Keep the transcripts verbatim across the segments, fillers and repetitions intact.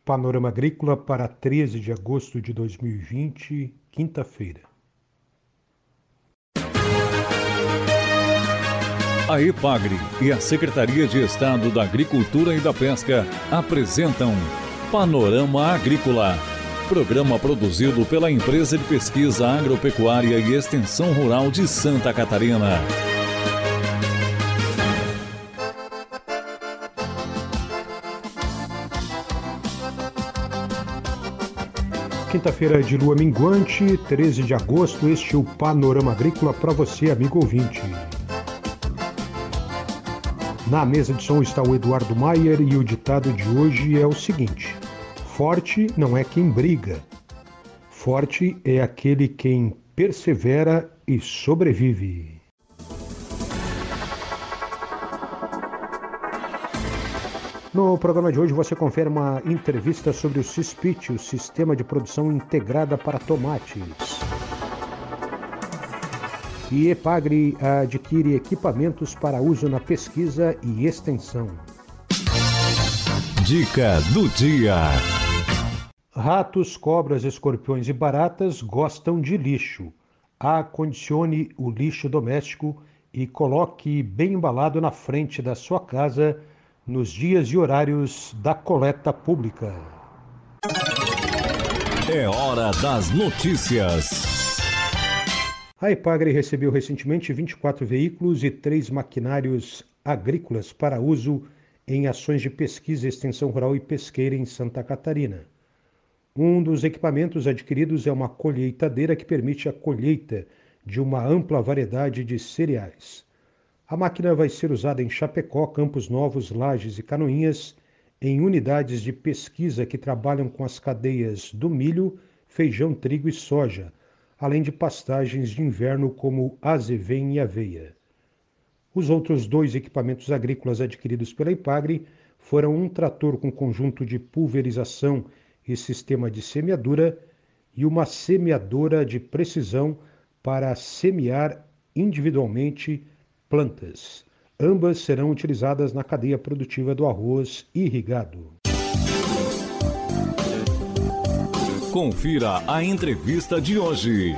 Panorama Agrícola para treze de agosto de dois mil e vinte, quinta-feira. A EPAGRE e a Secretaria de Estado da Agricultura e da Pesca apresentam Panorama Agrícola, programa produzido pela Empresa de Pesquisa Agropecuária e Extensão Rural de Santa Catarina. Quinta-feira de lua minguante, treze de agosto, este é o Panorama Agrícola para você, amigo ouvinte. Na mesa de som está o Eduardo Maier e o ditado de hoje é o seguinte: forte não é quem briga, forte é aquele quem persevera e sobrevive. No programa de hoje você confere uma entrevista sobre o CISPIT, o Sistema de Produção Integrada para Tomates. E EPAGRE adquire equipamentos para uso na pesquisa e extensão. Dica do dia. Ratos, cobras, escorpiões e baratas gostam de lixo. Acondicione o lixo doméstico e coloque bem embalado na frente da sua casa nos dias e horários da coleta pública. É hora das notícias. A EPAGRE recebeu recentemente vinte e quatro veículos e três maquinários agrícolas para uso em ações de pesquisa, extensão rural e pesqueira em Santa Catarina. Um dos equipamentos adquiridos é uma colheitadeira que permite a colheita de uma ampla variedade de cereais. A máquina vai ser usada em Chapecó, Campos Novos, Lages e Canoinhas, em unidades de pesquisa que trabalham com as cadeias do milho, feijão, trigo e soja, além de pastagens de inverno como azevém e aveia. Os outros dois equipamentos agrícolas adquiridos pela EPAGRE foram um trator com conjunto de pulverização e sistema de semeadura e uma semeadora de precisão para semear individualmente plantas. Ambas serão utilizadas na cadeia produtiva do arroz irrigado. Confira a entrevista de hoje.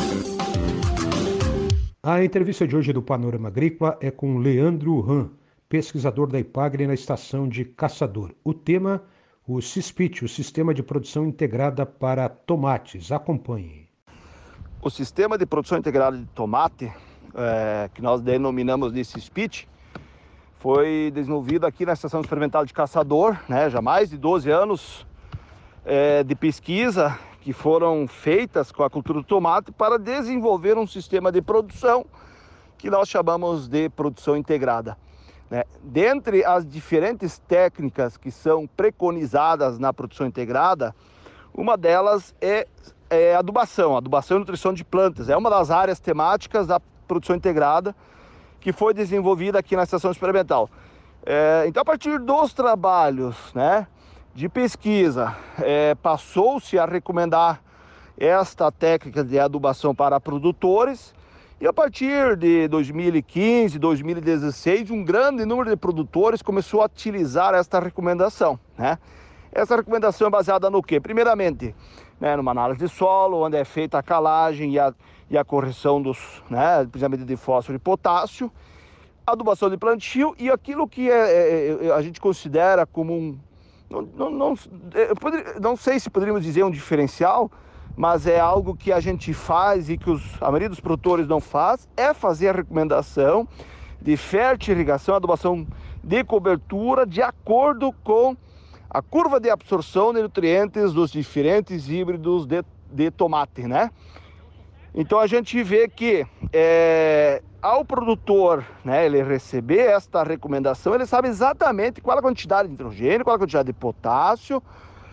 A entrevista de hoje do Panorama Agrícola é com Leandro Ram, pesquisador da EPAGRE na estação de Caçador. O tema, o CISPIT, o Sistema de Produção Integrada para Tomates. Acompanhe. O Sistema de Produção Integrada de Tomate, é, que nós denominamos de CISPIT, foi desenvolvido aqui na Estação Experimental de Caçador, né, já há mais de doze anos é, de pesquisa que foram feitas com a cultura do tomate para desenvolver um sistema de produção que nós chamamos de produção integrada. Né? Dentre as diferentes técnicas que são preconizadas na produção integrada, uma delas é, é adubação, adubação e nutrição de plantas. É uma das áreas temáticas da produção integrada que foi desenvolvida aqui na Estação Experimental. É, então, a partir dos trabalhos, né, de pesquisa, é, passou-se a recomendar esta técnica de adubação para produtores, e a partir de dois mil e quinze, dois mil e dezesseis, um grande número de produtores começou a utilizar esta recomendação, né? Essa recomendação é baseada no quê? Primeiramente, né, numa análise de solo, onde é feita a calagem e a, e a correção dos, né, principalmente de fósforo e potássio, adubação de plantio e aquilo que é, é, a gente considera como um, não, não, não, eu poderia, não sei se poderíamos dizer um diferencial, mas é algo que a gente faz e que os, a maioria dos produtores não faz, é fazer a recomendação de fertirrigação, adubação de cobertura de acordo com a curva de absorção de nutrientes dos diferentes híbridos de, de tomate, né? Então a gente vê que é, ao produtor, né, ele receber esta recomendação, ele sabe exatamente qual a quantidade de nitrogênio, qual a quantidade de potássio,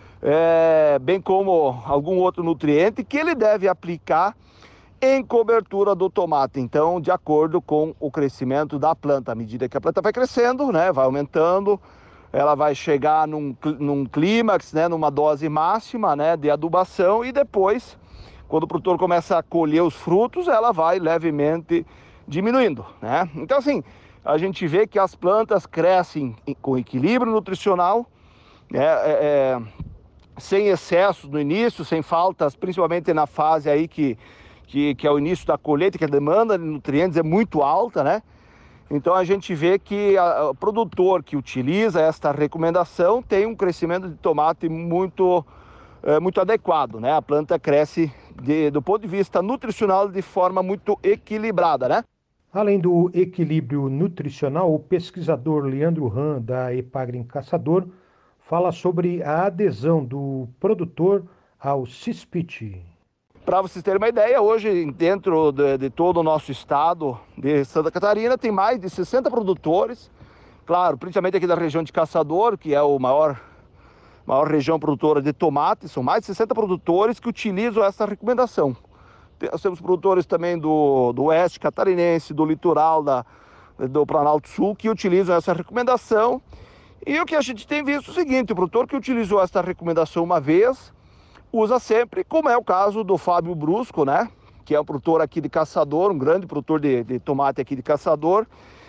é, bem como algum outro nutriente que ele deve aplicar em cobertura do tomate. Então, de acordo com o crescimento da planta, à medida que a planta vai crescendo, né, vai aumentando, ela vai chegar num, num clímax, né, numa dose máxima, né, de adubação, e depois, quando o produtor começa a colher os frutos, ela vai levemente diminuindo, né? Então, assim, a gente vê que as plantas crescem com equilíbrio nutricional, né, é, sem excessos no início, sem faltas, principalmente na fase aí que, que, que é o início da colheita, que a demanda de nutrientes é muito alta, né? Então a gente vê que a, o produtor que utiliza esta recomendação tem um crescimento de tomate muito, é, muito adequado, né? A planta cresce de, do ponto de vista nutricional de forma muito equilibrada, né? Além do equilíbrio nutricional, o pesquisador Leandro Ram, da Epagri em Caçador, fala sobre a adesão do produtor ao CISPIT. Para vocês terem uma ideia, hoje dentro de, de todo o nosso estado de Santa Catarina tem mais de sessenta produtores, claro, principalmente aqui da região de Caçador, que é o maior, maior região produtora de tomate, são mais de sessenta produtores que utilizam essa recomendação. Nós temos produtores também do, do oeste catarinense, do litoral, da, do Planalto Sul, que utilizam essa recomendação. E o que a gente tem visto é o seguinte, o produtor que utilizou essa recomendação uma vez, usa sempre, como é o caso do Fábio Brusco, né? Que é um produtor aqui de Caçador, um grande produtor de, de tomate aqui de Caçador,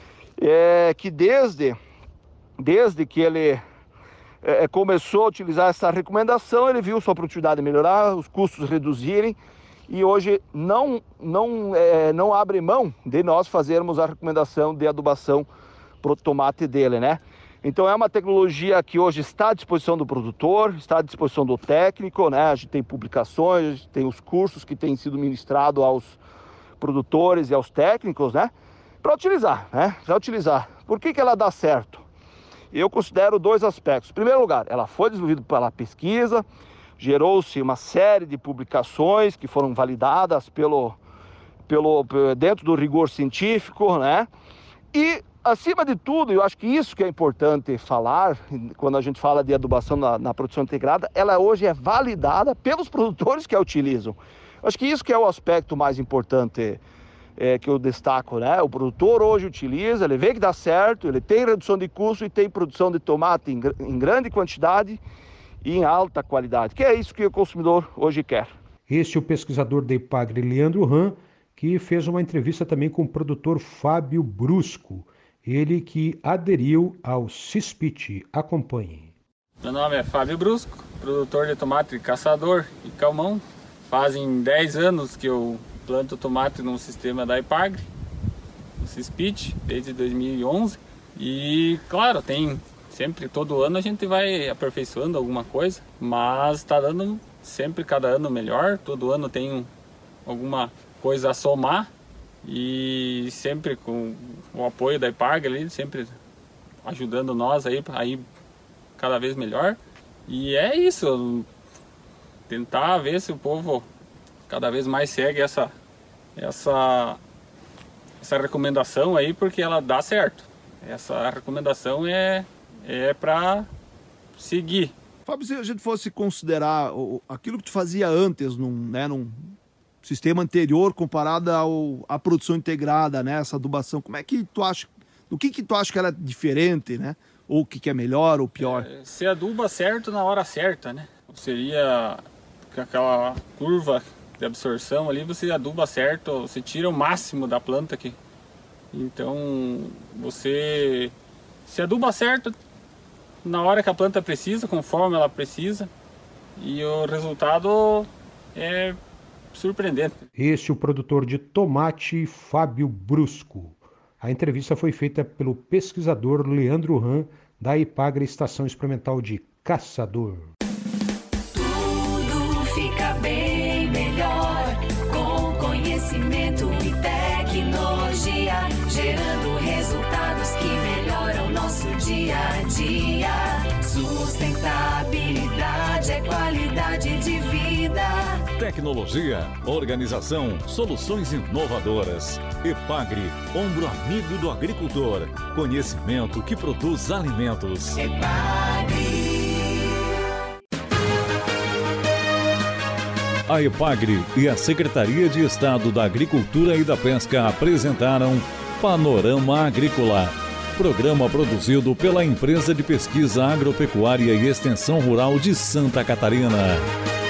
é, que desde, desde que ele é, começou a utilizar essa recomendação, ele viu sua produtividade melhorar, os custos reduzirem, e hoje não, não, é, não abre mão de nós fazermos a recomendação de adubação para o tomate dele, né? Então é uma tecnologia que hoje está à disposição do produtor, está à disposição do técnico, né? A gente tem publicações, a gente tem os cursos que têm sido ministrados aos produtores e aos técnicos, né? Para utilizar, né? Para utilizar. Por que que ela dá certo? Eu considero dois aspectos. Em primeiro lugar, ela foi desenvolvida pela pesquisa, gerou-se uma série de publicações que foram validadas pelo, pelo, dentro do rigor científico, né? E acima de tudo, eu acho que isso que é importante falar, quando a gente fala de adubação na, na produção integrada, ela hoje é validada pelos produtores que a utilizam. Eu acho que isso que é o aspecto mais importante é, que eu destaco, né? O produtor hoje utiliza, ele vê que dá certo, ele tem redução de custo e tem produção de tomate em, em grande quantidade e em alta qualidade, que é isso que o consumidor hoje quer. Este é o pesquisador da Epagri, Leandro Ram, que fez uma entrevista também com o produtor Fábio Brusco, ele que aderiu ao CISPIT. Acompanhe. Meu nome é Fábio Brusco, produtor de tomate Caçador e Calmão. Fazem dez anos que eu planto tomate no sistema da Epagri, no CISPIT, desde dois mil e onze. E claro, tem sempre, todo ano a gente vai aperfeiçoando alguma coisa, mas está dando sempre cada ano melhor, todo ano tem alguma coisa a somar. E sempre com o apoio da Epagri ali, sempre ajudando nós aí, aí cada vez melhor. E é isso, tentar ver se o povo cada vez mais segue essa, essa, essa recomendação aí, porque ela dá certo. Essa recomendação é, é para seguir. Fábio, se a gente fosse considerar aquilo que tu fazia antes, num, né, num sistema anterior comparado ao, à produção integrada, né, essa adubação, como é que tu acha, do que que tu acha que ela é diferente, né, ou o que que é melhor ou pior? É, se aduba certo na hora certa, né, seria aquela curva de absorção ali, você aduba certo, você tira o máximo da planta aqui, então você se aduba certo na hora que a planta precisa, conforme ela precisa, e o resultado é surpreendente. Este é o produtor de tomate, Fábio Brusco. A entrevista foi feita pelo pesquisador Leandro Ram, da Epagri Estação Experimental de Caçador. Tudo fica bem melhor com conhecimento e tecnologia, gerando resultados que melhoram nosso dia a dia. Sustentabilidade é qualidade de vida. Tecnologia, organização, soluções inovadoras. Epagri, ombro amigo do agricultor. Conhecimento que produz alimentos. Epagri. A Epagri e a Secretaria de Estado da Agricultura e da Pesca apresentaram Panorama Agrícola. Programa produzido pela Empresa de Pesquisa Agropecuária e Extensão Rural de Santa Catarina.